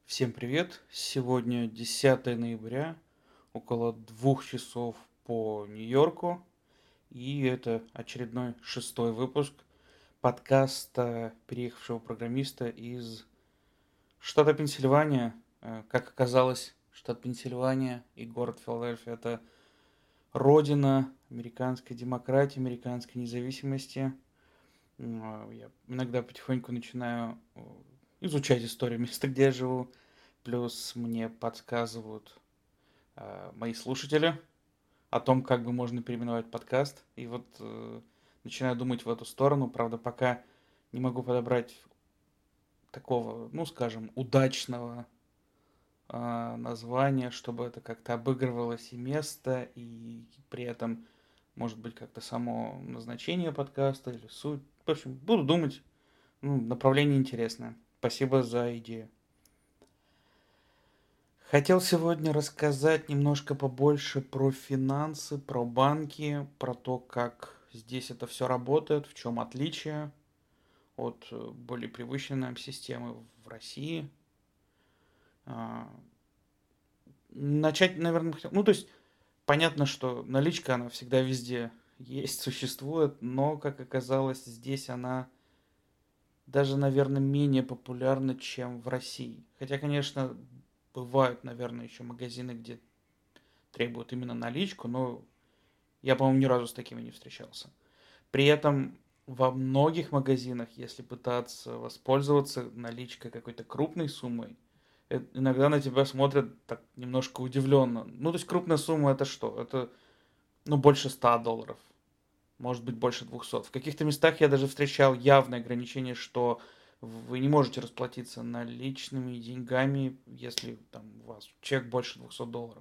Всем привет! Сегодня 10 ноября, около 2 часов по Нью-Йорку, и это очередной шестой выпуск подкаста переехавшего программиста из штата Пенсильвания. Как оказалось, штат Пенсильвания и город Филадельфия – это родина американской демократии, американской независимости. Я иногда потихоньку начинаю изучать историю места, где я живу. Плюс мне подсказывают мои слушатели о том, как бы можно переименовать подкаст. И вот начинаю думать в эту сторону. Правда, пока не могу подобрать такого, ну, скажем, удачного названия, чтобы это как-то обыгрывалось и место, и при этом, может быть, как-то само назначение подкаста или суть. В общем, буду думать. Ну, направление интересное. Спасибо за идею. Хотел сегодня рассказать немножко побольше про финансы, про банки, про то, как здесь это все работает, в чем отличие от более привычной нам системы в России. А, Начать, наверное, хотел. Ну, то есть, понятно, что наличка, она всегда везде есть, существует, но, как оказалось, здесь она даже, наверное, менее популярна, чем в России. Хотя, конечно, бывают, наверное, еще магазины, где требуют именно наличку, но я, по-моему, ни разу с такими не встречался. При этом во многих магазинах, если пытаться воспользоваться наличкой какой-то крупной суммой, иногда на тебя смотрят так немножко удивленно. Ну, то есть крупная сумма это что? Это, ну, больше $100, может быть, больше 200. В каких-то местах я даже встречал явное ограничение, что вы не можете расплатиться наличными деньгами, если там у вас чек больше $200.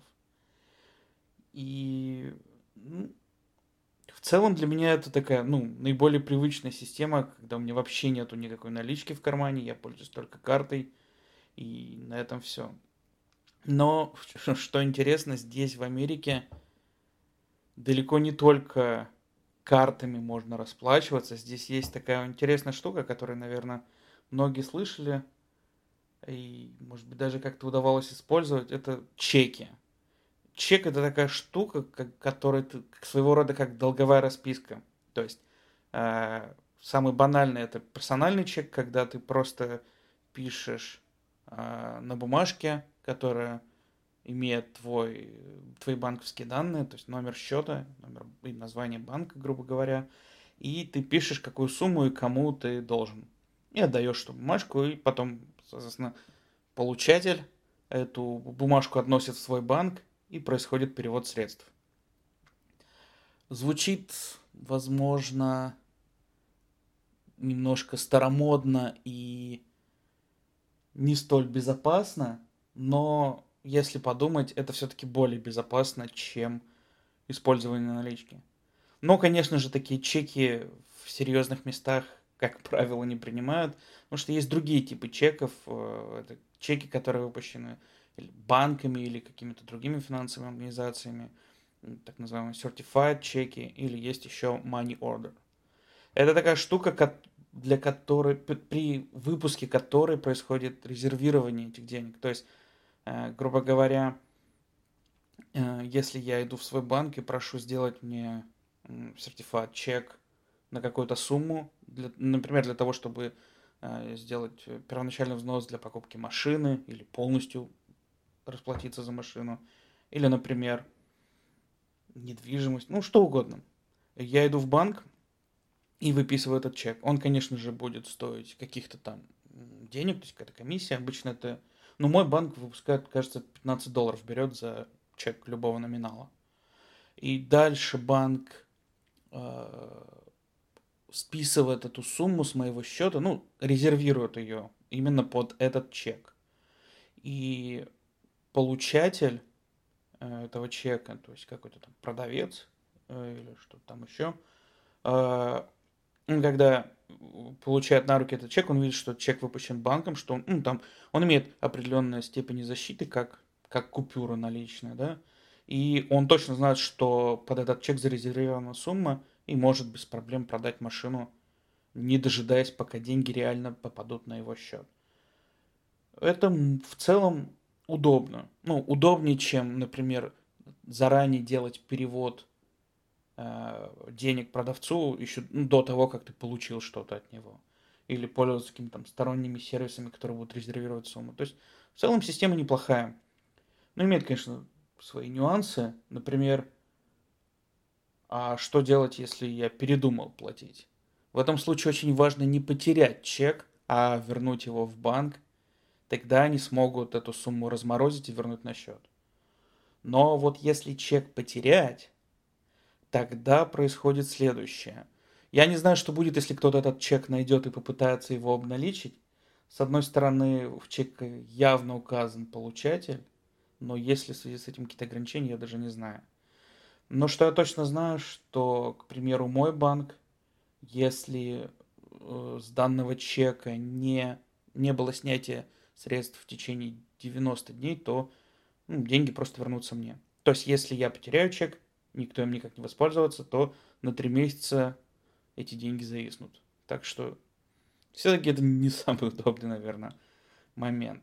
И ну, в целом для меня это такая, ну, наиболее привычная система, когда у меня вообще нету никакой налички в кармане, я пользуюсь только картой, и на этом все. Но, что интересно, здесь, в Америке, далеко не только картами можно расплачиваться. Здесь есть такая интересная штука, которую, наверное, многие слышали, и, может быть, даже как-то удавалось использовать, это чеки. Чек это такая штука, которая своего рода как долговая расписка. То есть самый банальный это персональный чек, когда ты просто пишешь на бумажке, которая имеет твои банковские данные, то есть номер счета, номер и название банка, грубо говоря, и ты пишешь, какую сумму и кому ты должен. И отдаешь эту бумажку, и потом, соответственно, получатель эту бумажку относит в свой банк, и происходит перевод средств. Звучит, возможно, немножко старомодно и не столь безопасно, но если подумать, это все-таки более безопасно, чем использование налички. Но, конечно же, такие чеки в серьезных местах, как правило, не принимают, потому что есть другие типы чеков. Это чеки, которые выпущены банками или какими-то другими финансовыми организациями, так называемые certified чеки, или есть еще money order. Это такая штука, для которой, при выпуске которой происходит резервирование этих денег. То есть, грубо говоря, если я иду в свой банк и прошу сделать мне certified чек на какую-то сумму, например, для того, чтобы сделать первоначальный взнос для покупки машины или полностью расплатиться за машину, или, например, недвижимость, ну что угодно. Я иду в банк и выписываю этот чек. Он, конечно же, будет стоить каких-то там денег, то есть какая-то комиссия. Обычно это, ну, мой банк выпускает, кажется, $15 берет за чек любого номинала. И дальше банк списывает эту сумму с моего счета, ну, резервирует ее именно под этот чек. И получатель этого чека, то есть какой-то там продавец или что-то там еще, он когда получает на руки этот чек, он видит, что чек выпущен банком, что он, ну, там, он имеет определенную степень защиты, как купюра наличная, да, и он точно знает, что под этот чек зарезервирована сумма и может без проблем продать машину, не дожидаясь, пока деньги реально попадут на его счет. Это в целом удобно. Ну, удобнее, чем, например, заранее делать перевод денег продавцу еще до того, как ты получил что-то от него. Или пользоваться какими-то там сторонними сервисами, которые будут резервировать сумму. То есть в целом система неплохая. Но имеет, конечно, свои нюансы. Например, а что делать, если я передумал платить? В этом случае очень важно не потерять чек, а вернуть его в банк. Тогда они смогут эту сумму разморозить и вернуть на счет. Но вот если чек потерять, тогда происходит следующее. Я не знаю, что будет, если кто-то этот чек найдет и попытается его обналичить. С одной стороны, в чеке явно указан получатель, но есть ли в связи с этим какие-то ограничения, я даже не знаю. Но что я точно знаю, что, к примеру, мой банк, если с данного чека не было снятия средств в течение 90 дней, то деньги просто вернутся мне. То есть, если я потеряю чек, никто им никак не воспользоваться, то на 3 месяца эти деньги зависнут. Так что все-таки это не самый удобный, наверное, момент.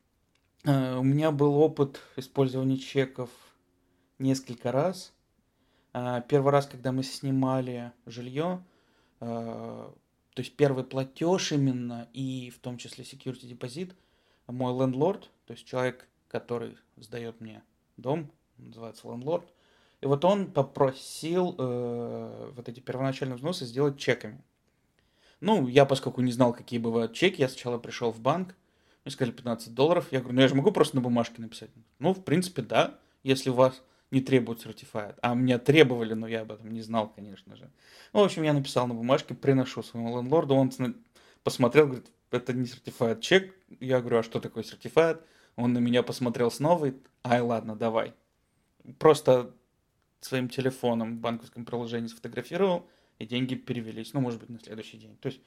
У меня был опыт использования чеков несколько раз. Первый раз, когда мы снимали жилье, то есть первый платеж именно, и в том числе security депозит, мой лендлорд, то есть человек, который сдает мне дом, называется лендлорд, и вот он попросил вот эти первоначальные взносы сделать чеками. Ну, я, поскольку не знал, какие бывают чеки, я сначала пришел в банк, мне сказали $15. Я говорю, ну я же могу просто на бумажке написать. Ну, в принципе, да, если у вас не требует сертификат. А меня требовали, но я об этом не знал, конечно же. Ну, в общем, я написал на бумажке, приношу своему лендлорду, он посмотрел, говорит, это не сертификат чек. Я говорю, а что такое сертификат? Он на меня посмотрел снова и, ай, ладно, давай. Просто своим телефоном в банковском приложении сфотографировал, и деньги перевелись, ну, может быть, на следующий день. То есть,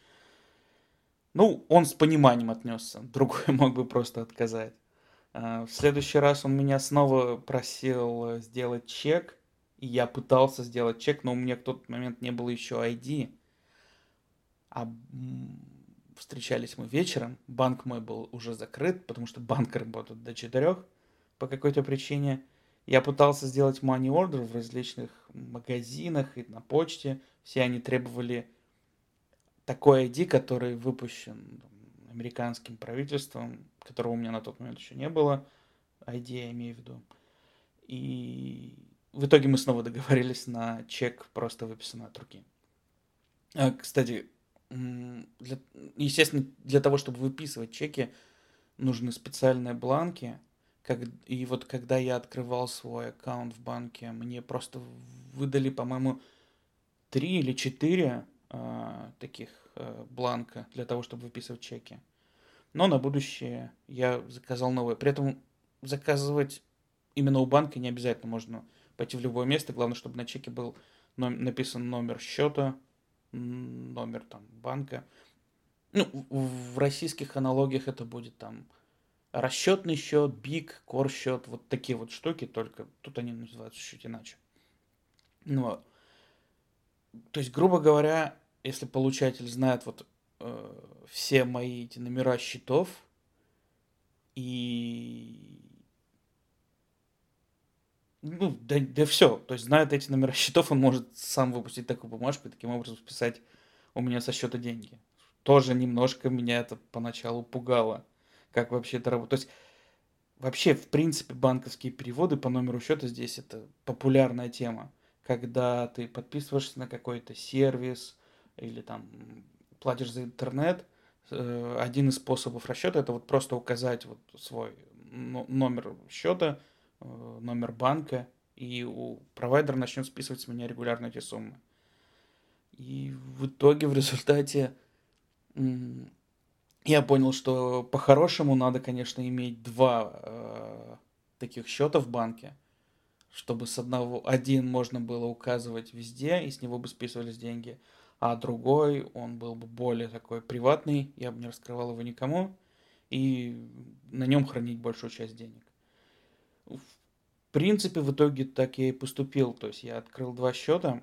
ну, он с пониманием отнесся, другой мог бы просто отказать. В следующий раз он меня снова просил сделать чек, и я пытался сделать чек, но у меня в тот момент не было еще ID. А встречались мы вечером, банк мой был уже закрыт, потому что банк работает до 4 по какой-то причине. Я пытался сделать money order в различных магазинах и на почте. Все они требовали такой ID, который выпущен американским правительством, которого у меня на тот момент еще не было. ID я имею в виду. И в итоге мы снова договорились на чек, просто выписанный от руки. Кстати, естественно, для того, чтобы выписывать чеки, нужны специальные бланки. И вот когда я открывал свой аккаунт в банке, мне просто выдали, по-моему, 3 или 4 таких бланка для того, чтобы выписывать чеки. Но на будущее я заказал новые. При этом заказывать именно у банка не обязательно. Можно пойти в любое место. Главное, чтобы на чеке был написан номер счета, номер там банка. Ну, в российских аналогиях это будет там расчетный счет, биг, кор счет, вот такие вот штуки, только тут они называются чуть иначе. Ну, то есть, грубо говоря, если получатель знает вот все мои эти номера счетов и ну, да все, то есть знает эти номера счетов, он может сам выпустить такую бумажку и таким образом списать у меня со счета деньги. Тоже немножко меня это поначалу пугало, как вообще это работает. То есть вообще, в принципе, банковские переводы по номеру счета здесь это популярная тема. Когда ты подписываешься на какой-то сервис или там платишь за интернет, один из способов расчета это вот просто указать вот свой номер счета, номер банка, и у провайдера начнет списывать с меня регулярно эти суммы. И в итоге, в результате, я понял, что по-хорошему надо, конечно, иметь два таких счета в банке, чтобы с одного один можно было указывать везде, и с него бы списывались деньги, а другой, он был бы более такой приватный, я бы не раскрывал его никому, и на нем хранить большую часть денег. В принципе, в итоге так я и поступил, то есть я открыл два счета,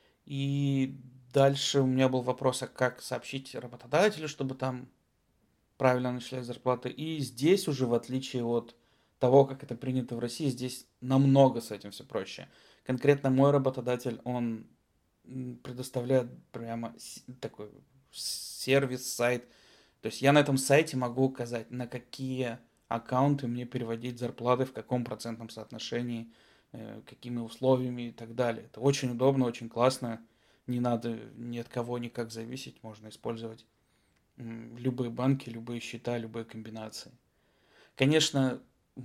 и дальше у меня был вопрос, а как сообщить работодателю, чтобы там правильно начислять зарплаты. И здесь уже, в отличие от того, как это принято в России, здесь намного с этим все проще. Конкретно мой работодатель, он предоставляет прямо такой сервис, сайт. То есть я на этом сайте могу указать, на какие аккаунты мне переводить зарплаты, в каком процентном соотношении, какими условиями и так далее. Это очень удобно, очень классно. Не надо ни от кого никак зависеть. Можно использовать любые банки, любые счета, любые комбинации. Конечно,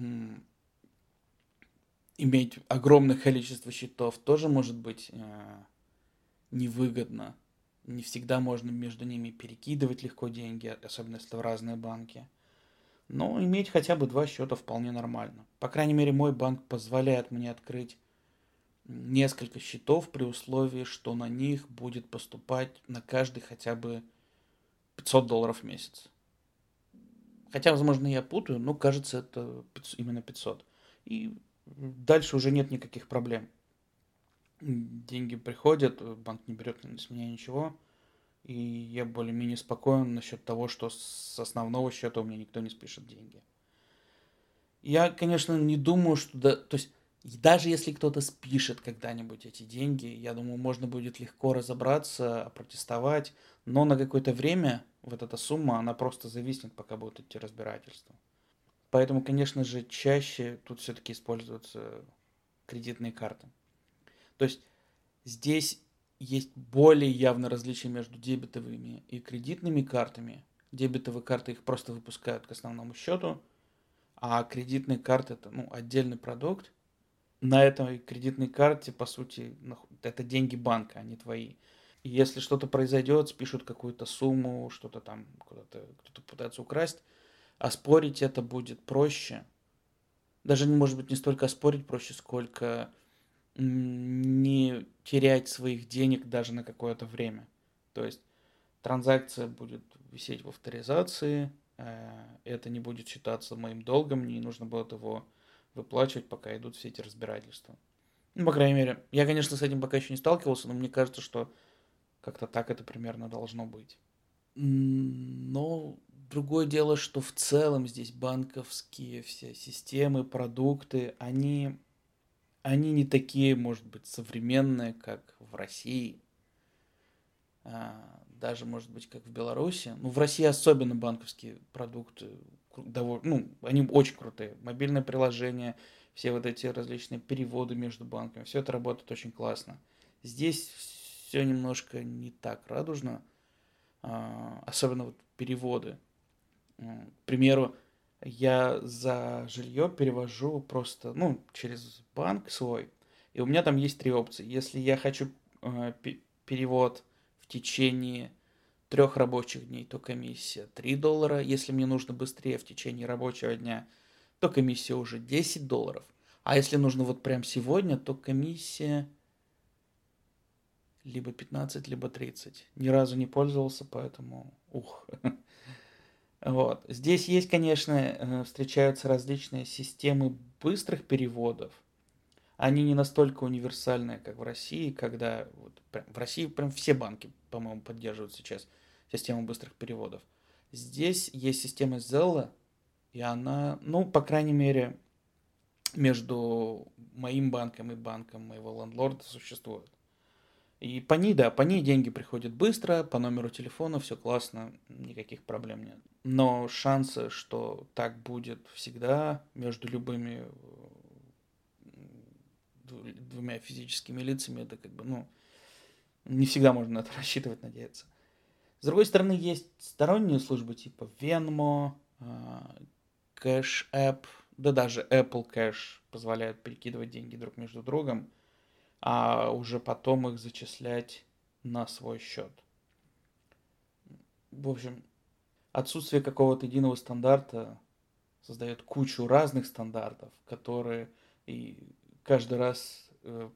иметь огромное количество счетов тоже может быть невыгодно. Не всегда можно между ними перекидывать легко деньги, особенно если в разные банки. Но иметь хотя бы два счета вполне нормально. По крайней мере, мой банк позволяет мне открыть несколько счетов при условии, что на них будет поступать на каждый хотя бы $500 в месяц. Хотя, возможно, я путаю, но кажется, это именно 500. И дальше уже нет никаких проблем. Деньги приходят, банк не берет с меня ничего. И я более-менее спокоен насчет того, что с основного счета у меня никто не спишет деньги. Я, конечно, не думаю, что... То есть, даже если кто-то спишет когда-нибудь эти деньги, я думаю, можно будет легко разобраться, опротестовать, но на какое-то время вот эта сумма, она просто зависнет, пока будут идти разбирательства. Поэтому, конечно же, чаще тут все-таки используются кредитные карты. То есть здесь есть более явное различие между дебетовыми и кредитными картами. Дебетовые карты их просто выпускают к основному счету, а кредитные карты это отдельный продукт. На этой кредитной карте, по сути, это деньги банка, а не твои. И если что-то произойдет, спишут какую-то сумму, что-то там куда-то кто-то пытается украсть, оспорить это будет проще. Даже, может быть, не столько оспорить проще, сколько не терять своих денег даже на какое-то время. То есть транзакция будет висеть в авторизации, это не будет считаться моим долгом, мне не нужно будет его выплачивать, пока идут все эти разбирательства. Ну, по крайней мере, я, конечно, с этим пока еще не сталкивался, но мне кажется, что как-то так это примерно должно быть. Но другое дело, что в целом здесь банковские все системы, продукты, они не такие, может быть, современные, как в России, даже, может быть, как в Беларуси. Ну, в России особенно банковские продукты, они очень крутые. Мобильное приложение, все вот эти различные переводы между банками, все это работает очень классно. Здесь все немножко не так радужно, особенно вот переводы. К примеру, я за жилье перевожу просто, через банк свой, и у меня там есть три опции. Если я хочу перевод в течение 3 рабочих дней, то комиссия $3. Если мне нужно быстрее в течение рабочего дня, то комиссия уже $10. А если нужно вот прям сегодня, то комиссия либо 15, либо 30. Ни разу не пользовался, поэтому Вот. Здесь есть, конечно, встречаются различные системы быстрых переводов. Они не настолько универсальные, как в России, когда в России прям все банки, по-моему, поддерживают сейчас систему быстрых переводов. Здесь есть система Zelle, и она, по крайней мере, между моим банком и банком моего лендлорда существует. И по ней деньги приходят быстро, по номеру телефона все классно, никаких проблем нет. Но шансы, что так будет всегда между любыми двумя физическими лицами, это не всегда можно на это рассчитывать, надеяться. С другой стороны, есть сторонние службы типа Venmo, Cash App, да даже Apple Cash позволяют перекидывать деньги друг между другом, а уже потом их зачислять на свой счет. В общем, отсутствие какого-то единого стандарта создает кучу разных стандартов, которые и каждый раз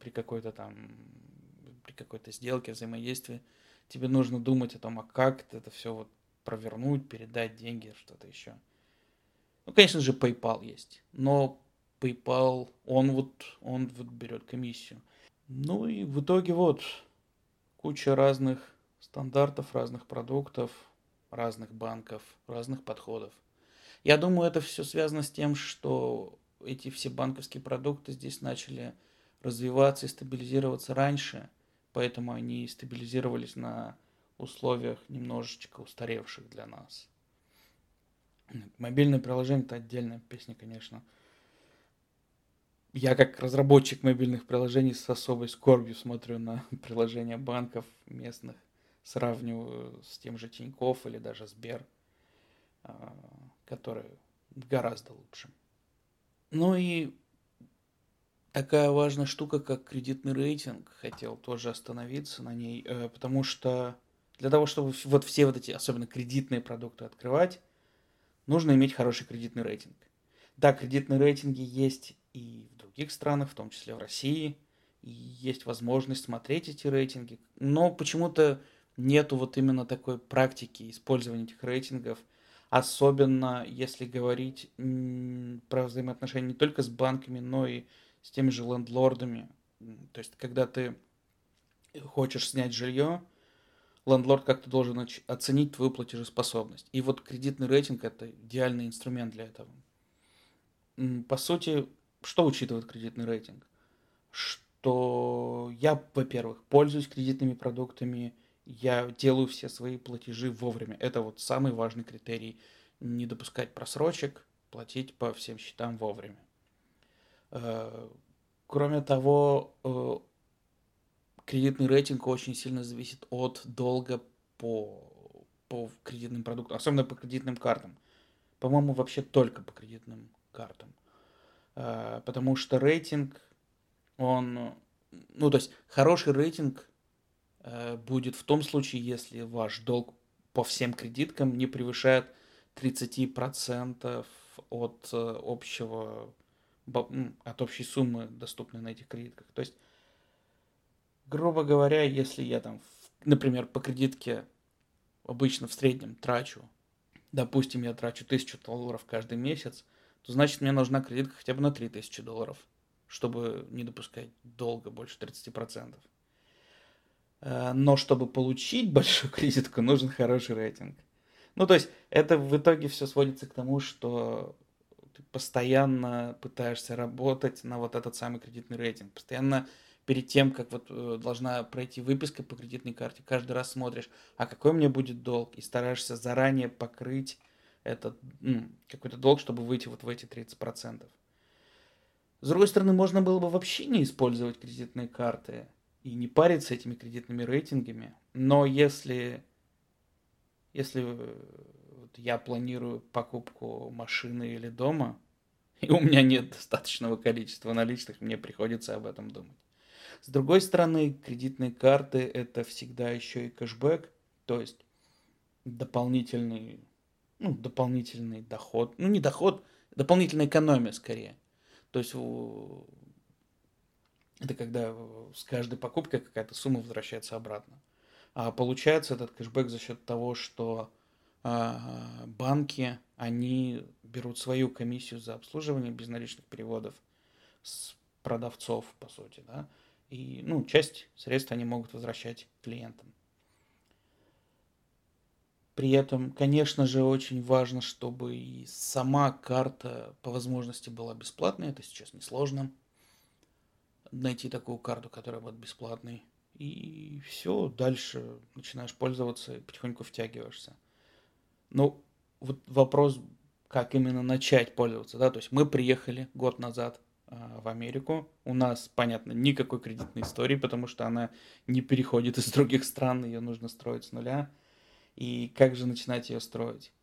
при какой-то сделке, взаимодействии тебе нужно думать о том, а как это все вот провернуть, передать деньги, что-то еще. Конечно же, PayPal есть, но PayPal, он берет комиссию. Ну и в итоге куча разных стандартов, разных продуктов. разных банков, разных подходов. Я думаю, это все связано с тем, что эти все банковские продукты здесь начали развиваться и стабилизироваться раньше, поэтому они стабилизировались на условиях немножечко устаревших для нас. Мобильное приложение — это отдельная песня, конечно. Я как разработчик мобильных приложений с особой скорбью смотрю на приложения банков местных, сравниваю с тем же Тинькофф или даже Сбер, которые гораздо лучше. Ну и такая важная штука, как кредитный рейтинг, хотел тоже остановиться на ней, потому что для того, чтобы вот все вот эти, особенно кредитные продукты открывать, нужно иметь хороший кредитный рейтинг. Да, кредитные рейтинги есть и в других странах, в том числе в России, и есть возможность смотреть эти рейтинги, но почему-то нету вот именно такой практики использования этих рейтингов, особенно если говорить про взаимоотношения не только с банками, но и с теми же лендлордами. То есть, когда ты хочешь снять жилье, лендлорд как-то должен оценить твою платежеспособность. И вот кредитный рейтинг — это идеальный инструмент для этого. По сути, что учитывает кредитный рейтинг? Что я, во-первых, пользуюсь кредитными продуктами, я делаю все свои платежи вовремя. Это вот самый важный критерий. Не допускать просрочек, платить по всем счетам вовремя. Кроме того, кредитный рейтинг очень сильно зависит от долга по кредитным продуктам, особенно по кредитным картам. По-моему, вообще только по кредитным картам. Потому что рейтинг, он, ну, то есть хороший рейтинг будет в том случае, если ваш долг по всем кредиткам не превышает 30% от общего, от общей суммы, доступной на этих кредитках. То есть, грубо говоря, если я там, например, по кредитке обычно в среднем трачу, допустим, я трачу $1000 каждый месяц, то значит мне нужна кредитка хотя бы на $3000, чтобы не допускать долга больше 30%. Но чтобы получить большую кредитку, нужен хороший рейтинг. Ну, то есть, это в итоге все сводится к тому, что ты постоянно пытаешься работать на вот этот самый кредитный рейтинг. Постоянно перед тем, как вот должна пройти выписка по кредитной карте, каждый раз смотришь, а какой у меня будет долг, и стараешься заранее покрыть этот какой-то долг, чтобы выйти вот в эти 30%. С другой стороны, можно было бы вообще не использовать кредитные карты и не париться этими кредитными рейтингами. Но если вот я планирую покупку машины или дома, и у меня нет достаточного количества наличных, мне приходится об этом думать. С другой стороны, кредитные карты — это всегда еще и кэшбэк, то есть дополнительный, дополнительный доход, не доход, дополнительная экономия скорее. То есть это когда с каждой покупкой какая-то сумма возвращается обратно. А получается этот кэшбэк за счет того, что банки, они берут свою комиссию за обслуживание безналичных переводов с продавцов, по сути, да, и, часть средств они могут возвращать клиентам. При этом, конечно же, очень важно, чтобы и сама карта по возможности была бесплатной. Это сейчас несложно найти такую карту, которая будет бесплатной. И все, дальше начинаешь пользоваться и потихоньку втягиваешься. Ну, вот вопрос, как именно начать пользоваться, да, то есть мы приехали год назад в Америку, у нас, понятно, никакой кредитной истории, потому что она не переходит из других стран, ее нужно строить с нуля. И как же начинать ее строить?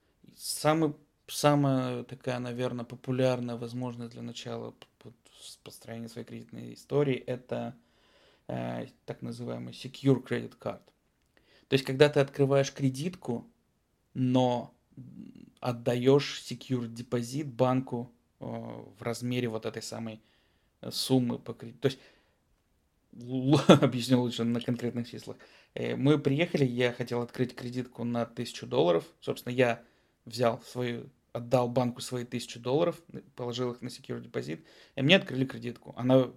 Самая такая, наверное, популярная возможность для начала построения своей кредитной истории — это так называемый Secure Credit Card. То есть, когда ты открываешь кредитку, но отдаешь secure депозит банку в размере вот этой самой суммы по кредиту. То есть, объясню лучше на конкретных числах. Мы приехали, я хотел открыть кредитку на $1000. Собственно, я отдал банку свои $1000, положил их на secure депозит, и мне открыли кредитку. Она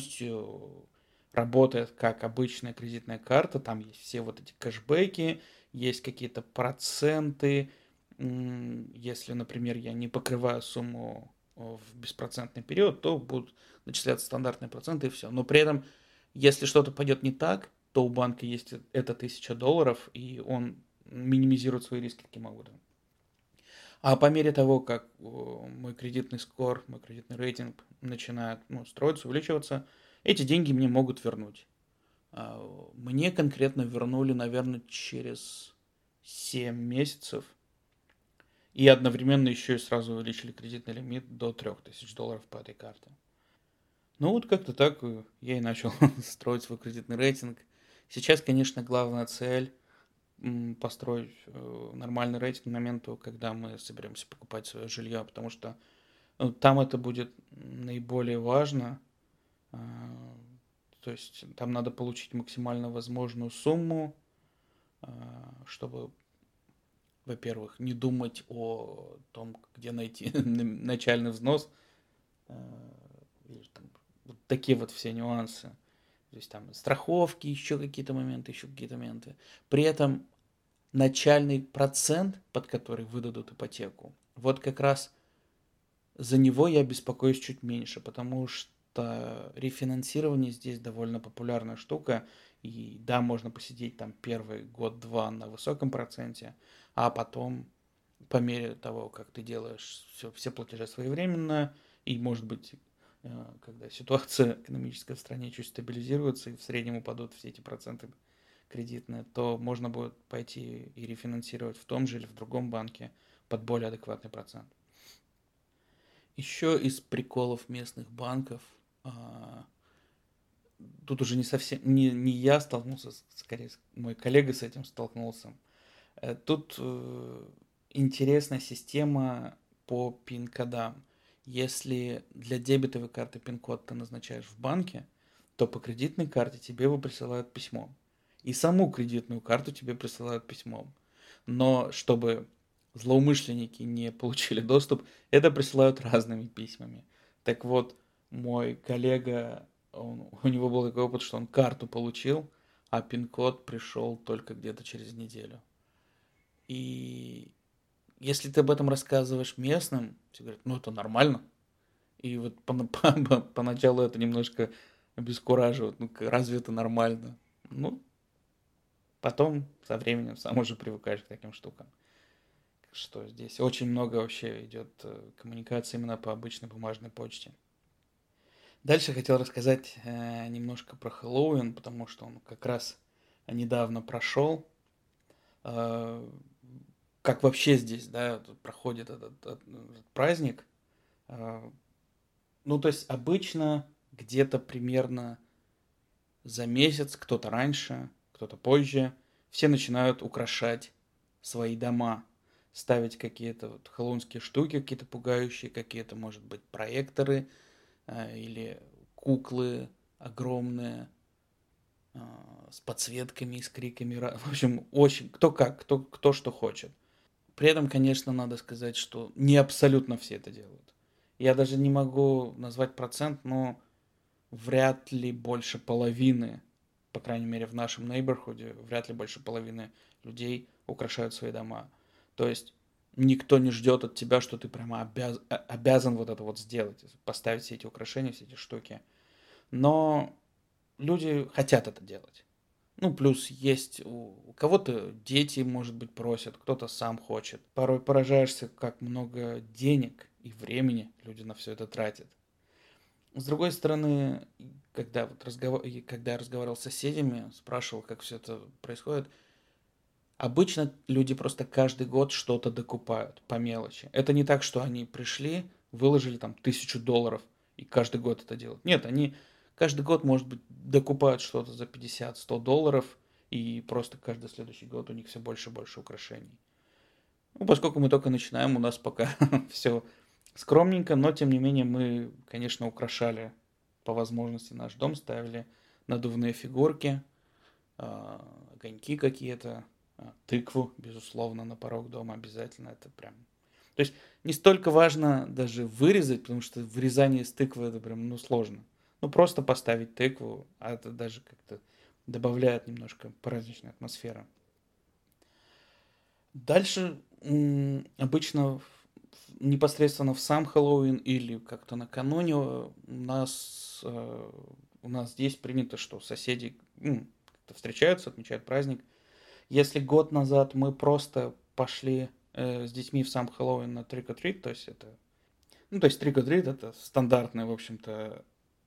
полностью работает как обычная кредитная карта, там есть все вот эти кэшбэки, есть какие-то проценты. Если, например, я не покрываю сумму в беспроцентный период, то будут начисляться стандартные проценты и все. Но при этом, если что-то пойдет не так, то у банка есть это $1000, и он минимизирует свои риски таким образом. А по мере того, как мой кредитный скор, мой кредитный рейтинг начинает строиться, увеличиваться, эти деньги мне могут вернуть. Мне конкретно вернули, наверное, через 7 месяцев. И одновременно еще и сразу увеличили кредитный лимит до $3000 по этой карте. Ну вот как-то так я и начал строить свой кредитный рейтинг. Сейчас, конечно, главная цель построить нормальный рейтинг к моменту, когда мы соберемся покупать свое жилье, потому что там это будет наиболее важно. То есть там надо получить максимально возможную сумму, чтобы, во-первых, не думать о том, где найти начальный взнос, вот такие вот все нюансы. То есть там страховки, еще какие-то моменты. При этом начальный процент, под который выдадут ипотеку, вот как раз за него я беспокоюсь чуть меньше, потому что рефинансирование здесь довольно популярная штука. И да, можно посидеть там первый год-два на высоком проценте, а потом, по мере того, как ты делаешь все платежи своевременно, и, может быть, когда ситуация экономическая в стране чуть стабилизируется и в среднем упадут все эти проценты кредитные, то можно будет пойти и рефинансировать в том же или в другом банке под более адекватный процент. Еще из приколов местных банков, тут уже не совсем, не я столкнулся, скорее мой коллега с этим столкнулся. Тут интересная система по пин-кодам. Если для дебетовой карты пин-код ты назначаешь в банке, то по кредитной карте тебе его присылают письмом. И саму кредитную карту тебе присылают письмом. Но чтобы злоумышленники не получили доступ, это присылают разными письмами. Так вот, мой коллега, у него был такой опыт, что он карту получил, а пин-код пришел только где-то через неделю. И если ты об этом рассказываешь местным, все говорят, ну это нормально. И вот поначалу это немножко обескураживает. Ну разве это нормально? Ну, потом со временем сам уже привыкаешь к таким штукам. Что здесь очень много вообще идет коммуникации именно по обычной бумажной почте. Дальше хотел рассказать немножко про Хэллоуин, потому что он как раз недавно прошел. Как вообще здесь, да, проходит этот праздник. Ну, то есть обычно где-то примерно за месяц, кто-то раньше, кто-то позже, все начинают украшать свои дома, ставить какие-то вот хэллоуинские штуки, какие-то пугающие, какие-то, может быть, проекторы или куклы огромные с подсветками и с криками. В общем, очень кто как, кто что хочет. При этом, конечно, надо сказать, что не абсолютно все это делают. Я даже не могу назвать процент, но вряд ли больше половины, по крайней мере в нашем нейборхуде, вряд ли больше половины людей украшают свои дома. То есть никто не ждет от тебя, что ты прямо обязан вот это вот сделать, поставить все эти украшения, все эти штуки. Но люди хотят это делать. Ну, плюс есть у кого-то дети, может быть, просят, кто-то сам хочет. Порой поражаешься, как много денег и времени люди на все это тратят. С другой стороны, когда я разговаривал с соседями, спрашивал, как все это происходит, обычно люди просто каждый год что-то докупают по мелочи. Это не так, что они пришли, выложили там $1000 и каждый год это делают. Нет, они каждый год, может быть, докупают что-то за 50-100 долларов, и просто каждый следующий год у них все больше и больше украшений. Ну, поскольку мы только начинаем, у нас пока все скромненько, но тем не менее мы, конечно, украшали по возможности наш дом, ставили надувные фигурки, огоньки какие-то, тыкву, безусловно, на порог дома обязательно. Это прям... То есть не столько важно даже вырезать, потому что вырезание из тыквы это прям, сложно. Ну, просто поставить тыкву, а это даже как-то добавляет немножко праздничной атмосферы. Дальше обычно непосредственно в сам Хэллоуин или как-то накануне у нас здесь принято, что соседи как-то встречаются, отмечают праздник. Если год назад мы просто пошли с детьми в сам Хэллоуин на Trick or Treat, то есть то есть Trick or Treat это стандартное, в общем-то,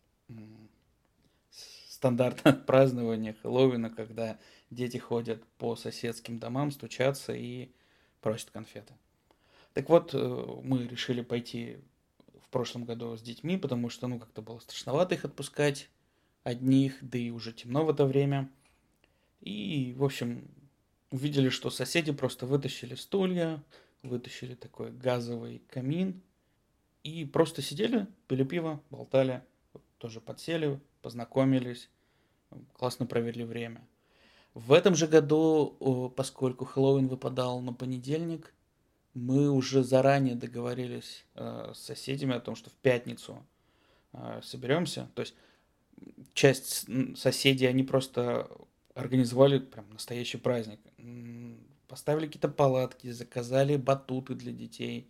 стандартное празднование Хэллоуина, когда дети ходят по соседским домам, стучатся и просят конфеты. Так вот, мы решили пойти в прошлом году с детьми, потому что, как-то было страшновато их отпускать одних, да и уже темно в это время. И, в общем, увидели, что соседи просто вытащили стулья, вытащили такой газовый камин и просто сидели, пили пиво, болтали, тоже подсели, познакомились, классно провели время. В этом же году, поскольку Хэллоуин выпадал на понедельник, мы уже заранее договорились с соседями о том, что в пятницу соберемся. То есть часть соседей, они просто организовали прям настоящий праздник. Поставили какие-то палатки, заказали батуты для детей.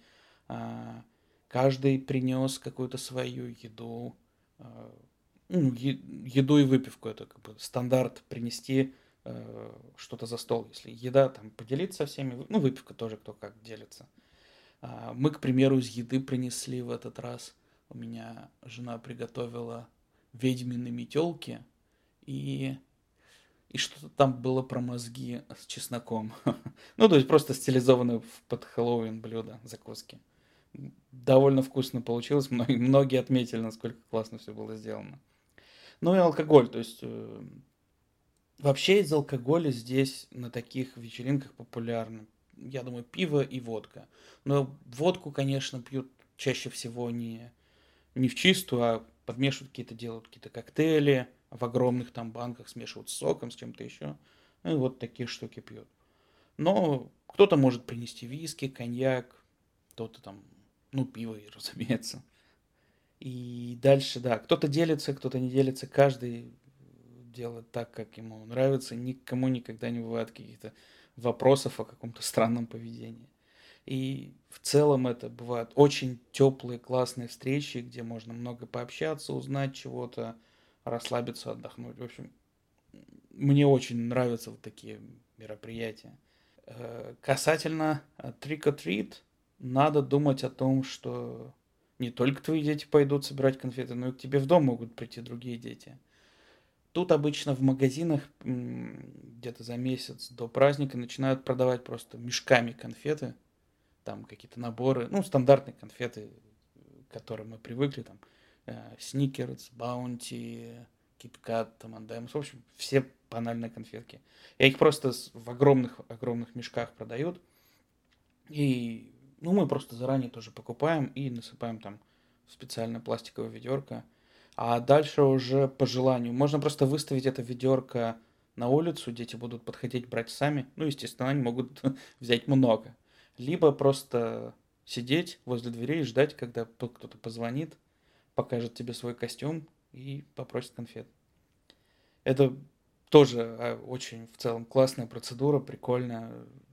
Каждый принес какую-то свою еду. Еду и выпивку. Это как бы стандарт принести что-то за стол. Если еда, там поделиться со всеми. Выпивка тоже кто как делится. Мы, к примеру, из еды принесли в этот раз. У меня жена приготовила ведьмины метелки и что-то там было про мозги с чесноком. То есть просто стилизованное под Хэллоуин блюдо, закуски. Довольно вкусно получилось. Многие отметили, насколько классно все было сделано. Ну и алкоголь. То есть вообще из алкоголя здесь на таких вечеринках популярны, я думаю, пиво и водка. Но водку, конечно, пьют чаще всего не в чистую, а подмешивают какие-то, делают какие-то коктейли, в огромных там банках смешивают с соком, с чем-то еще. И вот такие штуки пьют. Но кто-то может принести виски, коньяк, кто-то там, пиво, и, разумеется. И дальше, да, кто-то делится, кто-то не делится, каждый делает так, как ему нравится, никому никогда не бывает каких-то вопросов о каком-то странном поведении. И в целом это бывают очень теплые, классные встречи, где можно много пообщаться, узнать чего-то, расслабиться, отдохнуть. В общем, мне очень нравятся вот такие мероприятия. Касательно Trick or Treat, надо думать о том, что не только твои дети пойдут собирать конфеты, но и к тебе в дом могут прийти другие дети. Тут обычно в магазинах где-то за месяц до праздника начинают продавать просто мешками конфеты, там какие-то наборы, стандартные конфеты, к которым мы привыкли, там, Сникерс, Баунти, Киткат, там, M&M's, в общем, все банальные конфетки. И их просто в огромных мешках продают, и, мы просто заранее тоже покупаем и насыпаем там в специальное пластиковое ведерко, а дальше уже по желанию. Можно просто выставить это ведерко на улицу, дети будут подходить брать сами, естественно, они могут взять много. Либо просто сидеть возле дверей и ждать, когда кто-то позвонит, покажет тебе свой костюм и попросит конфет. Это тоже очень в целом классная процедура, прикольная.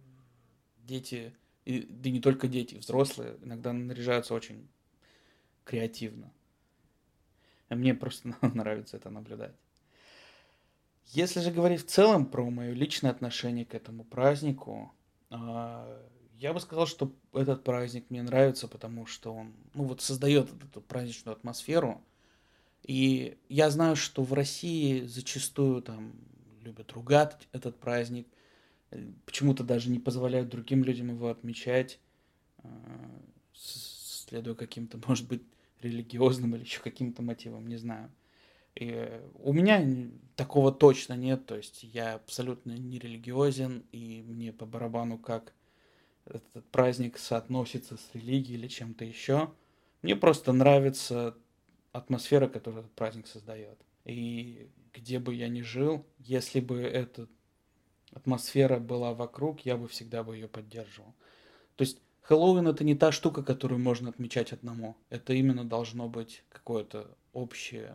Дети, да и не только дети, взрослые иногда наряжаются очень креативно. Мне просто нравится это наблюдать. Если же говорить в целом про мое личное отношение к этому празднику, я бы сказал, что этот праздник мне нравится, потому что он, создает эту праздничную атмосферу. И я знаю, что в России зачастую там любят ругать этот праздник, почему-то даже не позволяют другим людям его отмечать, следуя каким-то, может быть, религиозным или еще каким-то мотивам, не знаю. И у меня такого точно нет, то есть я абсолютно не религиозен, и мне по барабану, как этот праздник соотносится с религией или чем-то еще. Мне просто нравится атмосфера, которую этот праздник создает. И где бы я ни жил, если бы эта атмосфера была вокруг, я бы всегда бы ее поддерживал. То есть Хэллоуин это не та штука, которую можно отмечать одному. Это именно должно быть какое-то общее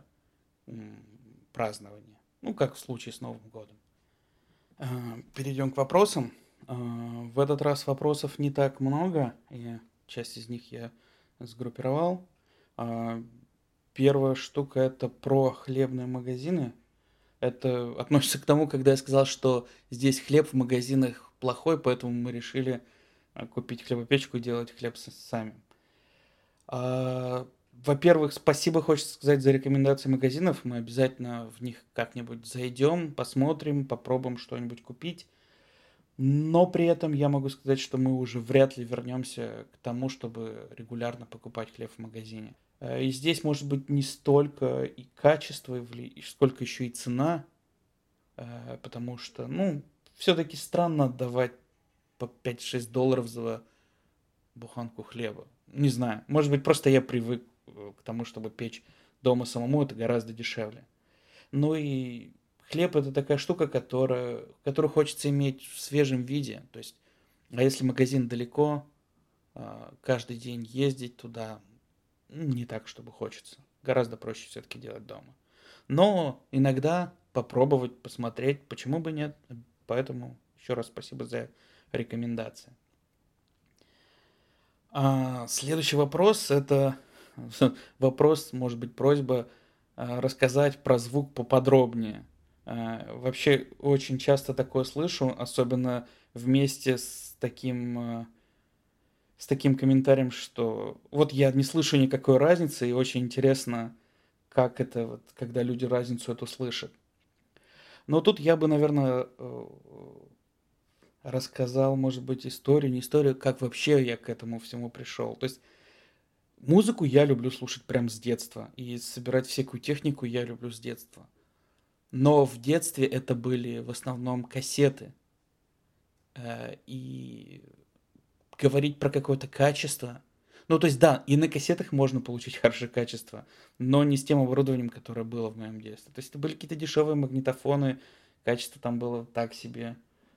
празднование. Как в случае с Новым годом. Перейдем к вопросам. В этот раз вопросов не так много, и часть из них я сгруппировал. А, Первая штука это про хлебные магазины. Это относится к тому, когда я сказал, что здесь хлеб в магазинах плохой, поэтому мы решили купить хлебопечку и делать хлеб сами. Во-первых, спасибо хочется сказать за рекомендации магазинов. Мы обязательно в них как-нибудь зайдем, посмотрим, попробуем что-нибудь купить. Но при этом я могу сказать, что мы уже вряд ли вернемся к тому, чтобы регулярно покупать хлеб в магазине. И здесь может быть не столько и качество, сколько еще и цена, потому что, ну, все-таки странно отдавать по 5-6 долларов за буханку хлеба. Не знаю, может быть, просто я привык к тому, чтобы печь дома самому, это гораздо дешевле. Ну и хлеб это такая штука, которую хочется иметь в свежем виде. То есть, а если магазин далеко, каждый день ездить туда не так, чтобы хочется. Гораздо проще все-таки делать дома. Но иногда попробовать, посмотреть, почему бы нет. Поэтому еще раз спасибо за рекомендации. Следующий вопрос это вопрос, может быть, просьба рассказать про звук поподробнее. Вообще очень часто такое слышу, особенно вместе с таким комментарием, что вот я не слышу никакой разницы, и очень интересно, как это, вот, когда люди разницу эту слышат. Но тут я бы, наверное, рассказал, может быть, историю, не историю, как вообще я к этому всему пришел. То есть музыку я люблю слушать прям с детства, и собирать всякую технику я люблю с детства. Но в детстве это были в основном кассеты. И говорить про какое-то качество. Ну, то есть, да, и на кассетах можно получить хорошее качество, но не с тем оборудованием, которое было в моем детстве. То есть, это были какие-то дешевые магнитофоны, качество там было так себе.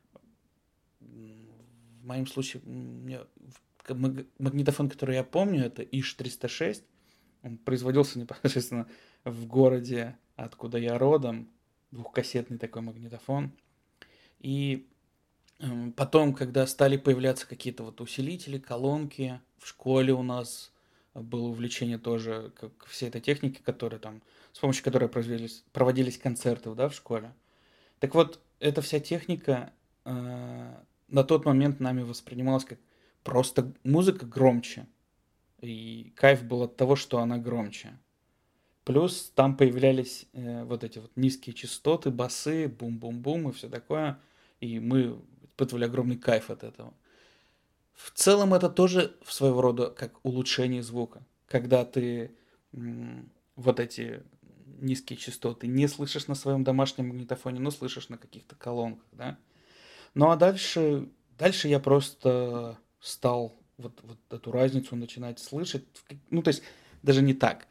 В моем случае, магнитофон, который я помню, это ИШ-306. Он производился непосредственно в городе, откуда я родом. Двухкассетный такой магнитофон. И потом, когда стали появляться какие-то вот усилители, колонки, в школе у нас было увлечение тоже как всей этой техники, которая там, с помощью которой проводились концерты, да, в школе. Так вот, эта вся техника на тот момент нами воспринималась как просто музыка громче. И кайф был от того, что она громче. Плюс там появлялись вот эти вот низкие частоты, басы, бум-бум-бум и все такое. И мы испытывали огромный кайф от этого. В целом это тоже своего рода как улучшение звука. Когда ты вот эти низкие частоты не слышишь на своем домашнем магнитофоне, но слышишь на каких-то колонках, да. Ну а дальше я просто стал вот эту разницу начинать слышать. Ну, то есть даже не так.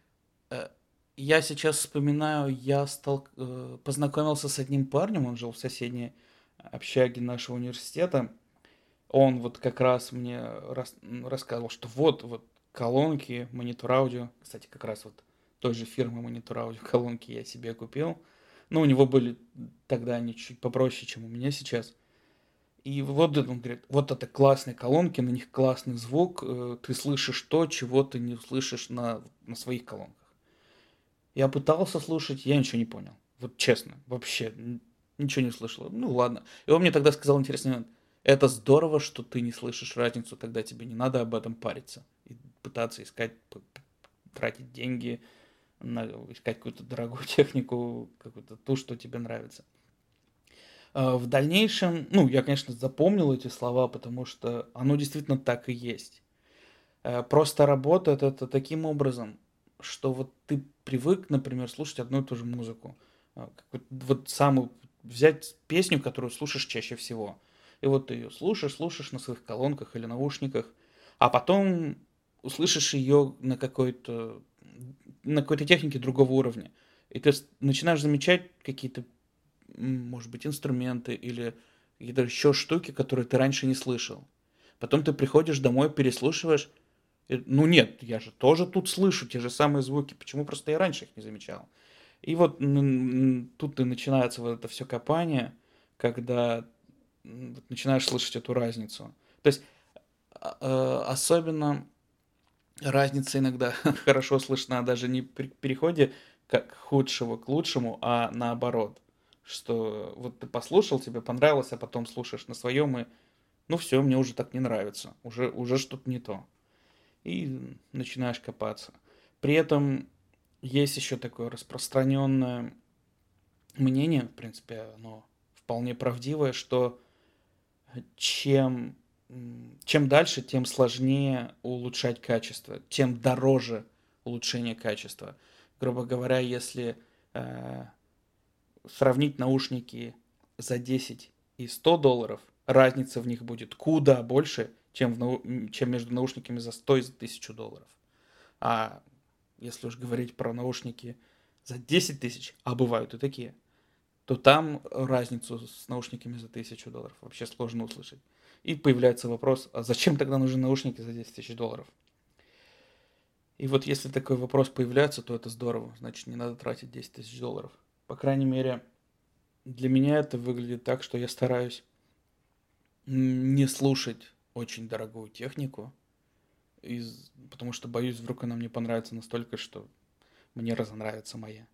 Я сейчас вспоминаю, познакомился с одним парнем, он жил в соседней общаге нашего университета. Он вот как раз мне рассказывал, что вот колонки, монитор аудио, кстати, как раз вот той же фирмы монитор аудио колонки я себе купил. Ну, у него были тогда они чуть попроще, чем у меня сейчас. И вот он говорит, вот это классные колонки, на них классный звук, ты слышишь то, чего ты не услышишь на своих колонках. Я пытался слушать, я ничего не понял. Вот честно, вообще ничего не слышал. Ну ладно. И он мне тогда сказал интересный момент. Это здорово, что ты не слышишь разницу, тогда тебе не надо об этом париться. И пытаться искать, тратить деньги, искать какую-то дорогую технику, какую-то ту, что тебе нравится. В дальнейшем, ну, я, конечно, запомнил эти слова, потому что оно действительно так и есть. Просто работает это таким образом, что вот ты привык, например, слушать одну и ту же музыку. Вот самую взять песню, которую слушаешь чаще всего. И вот ты ее слушаешь на своих колонках или наушниках, а потом услышишь ее на какой-то технике другого уровня. И ты начинаешь замечать какие-то, может быть, инструменты или какие-то еще штуки, которые ты раньше не слышал. Потом ты приходишь домой, переслушиваешь. Ну нет, я же тоже тут слышу те же самые звуки. Почему просто я раньше их не замечал? И вот тут и начинается вот это все копание, когда вот начинаешь слышать эту разницу. То есть особенно разница иногда хорошо слышна даже не при переходе как худшего к лучшему, а наоборот. Что вот ты послушал, тебе понравилось, а потом слушаешь на своем и ну все, мне уже так не нравится, уже что-то не то. И начинаешь копаться. При этом есть еще такое распространенное мнение, в принципе, оно вполне правдивое, что чем, чем дальше, тем сложнее улучшать качество, тем дороже улучшение качества. Грубо говоря, если э, сравнить наушники за 10 и $100, разница в них будет куда больше, чем между наушниками за 100 и за $1000. А если уж говорить про наушники за 10 тысяч, а бывают и такие, то там разницу с наушниками за $1000 вообще сложно услышать. И появляется вопрос, а зачем тогда нужны наушники за 10 тысяч долларов? И вот если такой вопрос появляется, то это здорово, значит не надо тратить 10 тысяч долларов. По крайней мере, для меня это выглядит так, что я стараюсь не слушать очень дорогую технику, потому что боюсь, вдруг она мне понравится настолько, что мне разонравится моя.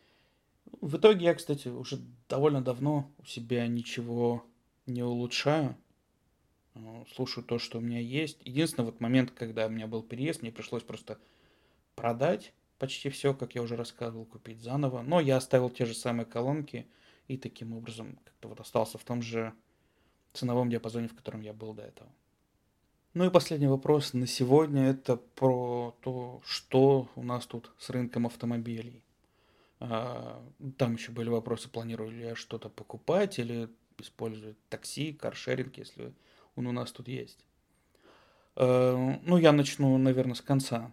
В итоге я, кстати, уже довольно давно у себя ничего не улучшаю. Слушаю то, что у меня есть. Единственный вот момент, когда у меня был переезд, мне пришлось просто продать почти все, как я уже рассказывал, купить заново. Но я оставил те же самые колонки и таким образом как-то вот остался в том же ценовом диапазоне, в котором я был до этого. Ну и последний вопрос на сегодня это про то, что у нас тут с рынком автомобилей. Там еще были вопросы, планирую ли я что-то покупать или использовать такси, каршеринг, если он у нас тут есть. Ну, я начну, наверное, с конца.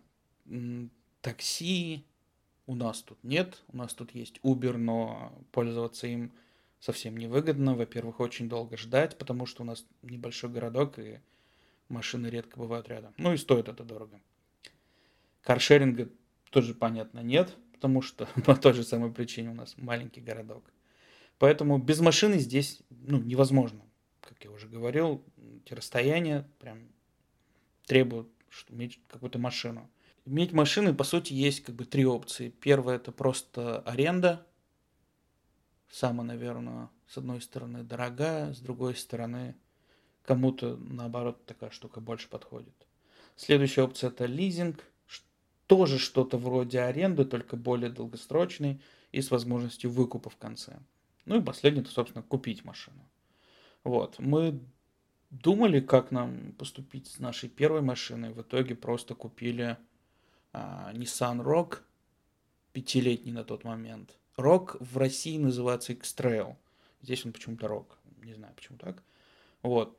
Такси у нас тут нет. У нас тут есть Uber, но пользоваться им совсем невыгодно. Во-первых, очень долго ждать, потому что у нас небольшой городок, и машины редко бывают рядом. Ну и стоит это дорого. Каршеринга тоже, понятно, нет, потому что по той же самой причине у нас маленький городок. Поэтому без машины здесь невозможно. Как я уже говорил, эти расстояния прям требуют иметь какую-то машину. Иметь машины, по сути, есть как бы три опции. Первая это просто аренда. Самая, наверное, с одной стороны дорогая, с другой стороны кому-то, наоборот, такая штука больше подходит. Следующая опция это лизинг. Тоже что-то вроде аренды, только более долгосрочный и с возможностью выкупа в конце. Ну и последний это, собственно, купить машину. Вот. Мы думали, как нам поступить с нашей первой машиной. В итоге просто купили Nissan Rogue, пятилетний на тот момент. Rogue в России называется X-Trail. Здесь он почему-то Rogue. Не знаю, почему так. Вот.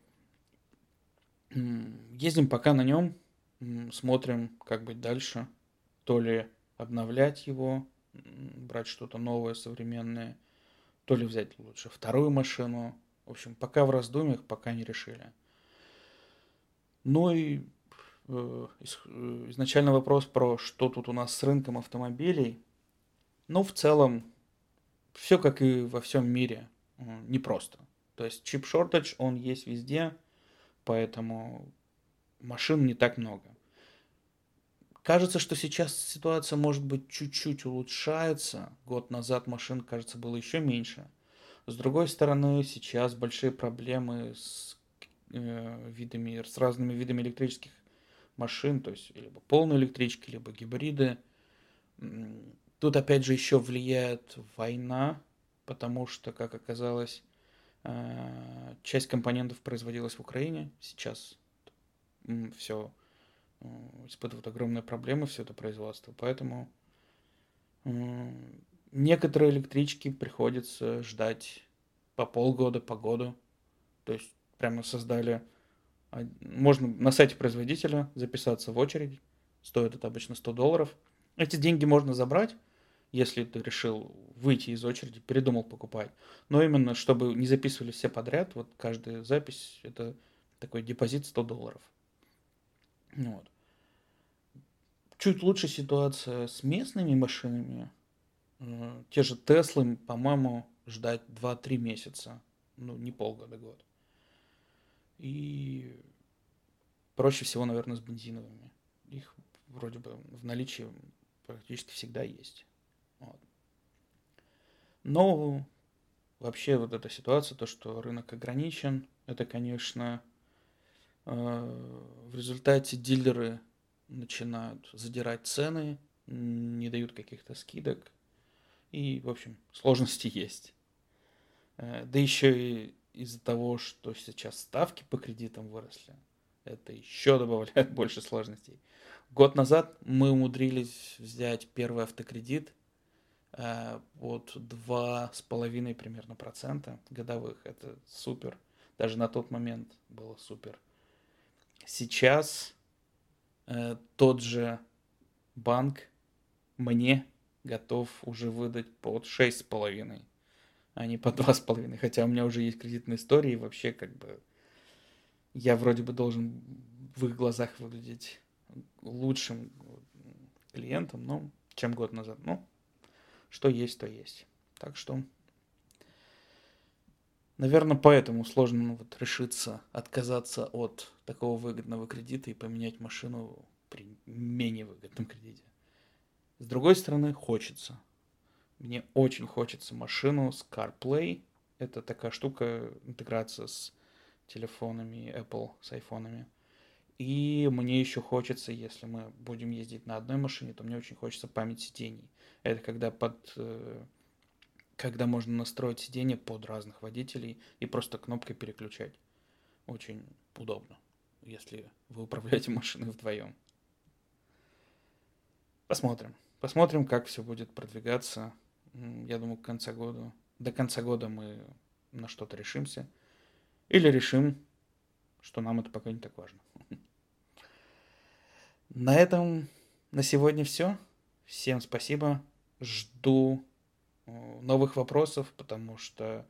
Ездим пока на нем. Смотрим, как быть дальше. То ли обновлять его, брать что-то новое, современное, то ли взять лучше вторую машину. В общем, пока в раздумьях, пока не решили. Ну и изначально вопрос про что тут у нас с рынком автомобилей. Ну, в целом, все как и во всем мире, непросто. То есть чип shortage, он есть везде, поэтому машин не так много. Кажется, что сейчас ситуация, может быть, чуть-чуть улучшается. Год назад машин, кажется, было еще меньше. С другой стороны, сейчас большие проблемы с разными видами электрических машин, то есть либо полные электрички, либо гибриды. Тут опять же еще влияет война, потому что, как оказалось, часть компонентов производилась в Украине. Сейчас все испытывают огромные проблемы, все это производство. Поэтому некоторые электрички приходится ждать по полгода, по году. То есть прямо создали... Можно на сайте производителя записаться в очередь. Стоит это обычно $100. Эти деньги можно забрать, если ты решил выйти из очереди, передумал покупать. Но именно, чтобы не записывали все подряд, вот каждая запись, это такой депозит $100. Вот. Чуть лучше ситуация с местными машинами. Те же Теслы, по-моему, ждать 2-3 месяца. Ну, не полгода, год. И проще всего, наверное, с бензиновыми. Их вроде бы в наличии практически всегда есть. Вот. Но вообще вот эта ситуация, то, что рынок ограничен, это, конечно, в результате дилеры начинают задирать цены, не дают каких-то скидок. И, в общем, сложности есть. Да еще и из-за того, что сейчас ставки по кредитам выросли, это еще добавляет больше сложностей. Год назад мы умудрились взять первый автокредит под 2,5 примерно процента годовых. Это супер. Даже на тот момент было супер. Сейчас тот же банк мне готов уже выдать под 6,5, а не по 2,5. Хотя у меня уже есть кредитная история, и вообще как бы я вроде бы должен в их глазах выглядеть лучшим клиентом, ну, чем год назад. Ну, что есть, то есть. Так что, наверное, поэтому сложно вот решиться отказаться от такого выгодного кредита и поменять машину при менее выгодном кредите. С другой стороны, хочется. Мне очень хочется машину с CarPlay. Это такая штука, интеграция с телефонами Apple, с айфонами. И мне еще хочется, если мы будем ездить на одной машине, то мне очень хочется память сидений. Это когда можно настроить сиденье под разных водителей и просто кнопкой переключать. Очень удобно, если вы управляете машиной вдвоем. Посмотрим. Посмотрим, как все будет продвигаться. Я думаю, до конца года мы на что-то решимся. Или решим, что нам это пока не так важно. На этом на сегодня все. Всем спасибо. Жду новых вопросов, потому что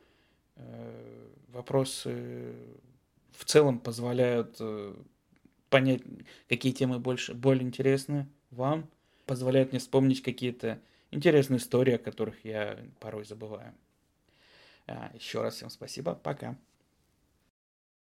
вопросы в целом позволяют понять, какие темы более интересны вам, позволяют мне вспомнить какие-то интересные истории, о которых я порой забываю. Еще раз всем спасибо. Пока.